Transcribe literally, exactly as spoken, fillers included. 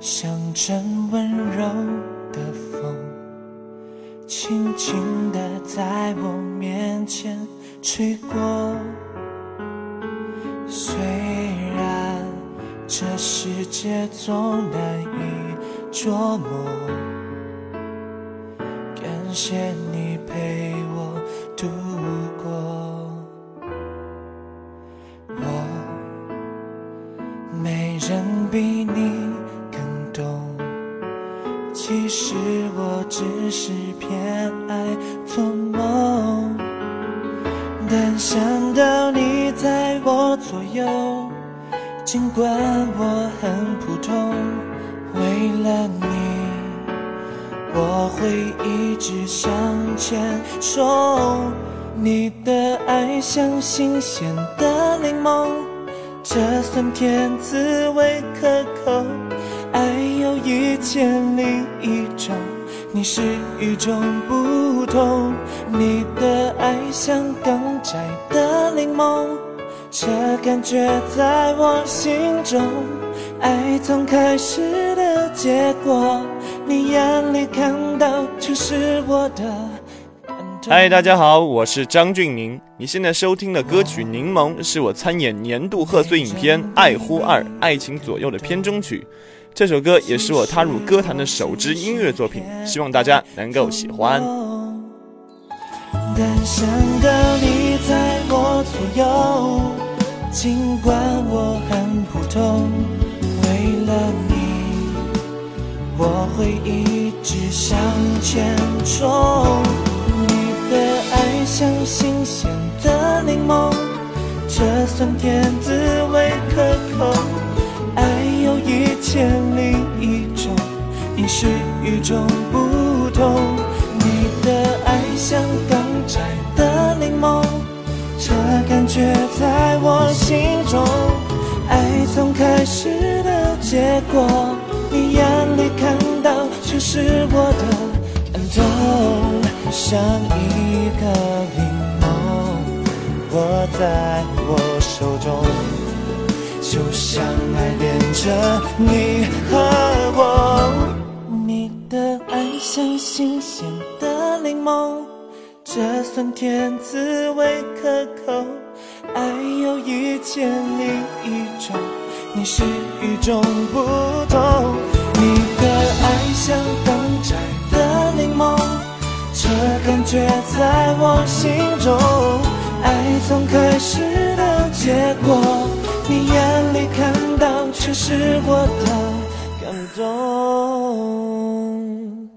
像阵温柔的风，轻轻地在我面前吹过。虽然这世界总难以捉摸，感谢你陪我度过。我没人比你更懂，其实我只是偏爱做梦，但想到你在我左右，尽管我很普通，为了你我会一直向前冲。你的爱像新鲜的柠檬，这酸甜滋味可口，爱有一千零一种，你是与众不同。你的爱像刚摘的柠檬，这感觉在我心中，爱从开始的结果，你眼里看到全是我的感动。 嗨，大家好，我是张峻宁。你现在收听的歌曲《柠檬》是我参演年度贺岁影片《爱呼二爱情左右》的片中曲，这首歌也是我踏入歌坛的首支音乐作品，希望大家能够喜欢。 但想到你在我左右，尽管我很普通，为了你我会一直向前冲。你的爱像新鲜的柠檬，这酸甜滋味可口，爱有一千零一种，你是与众不同。你的爱像刚摘的柠檬，这感觉在我心中，爱从开始的结果，你眼里看到全是我的感动。像一个柠檬握在我手中，就像爱连着你和我。你的爱像新鲜的柠檬，这酸甜滋味可口，爱有一千零一种，你是与众不同。你的爱像刚摘的柠檬，这感觉在我心中，爱从开始的结果，你眼里看到全是我的感动。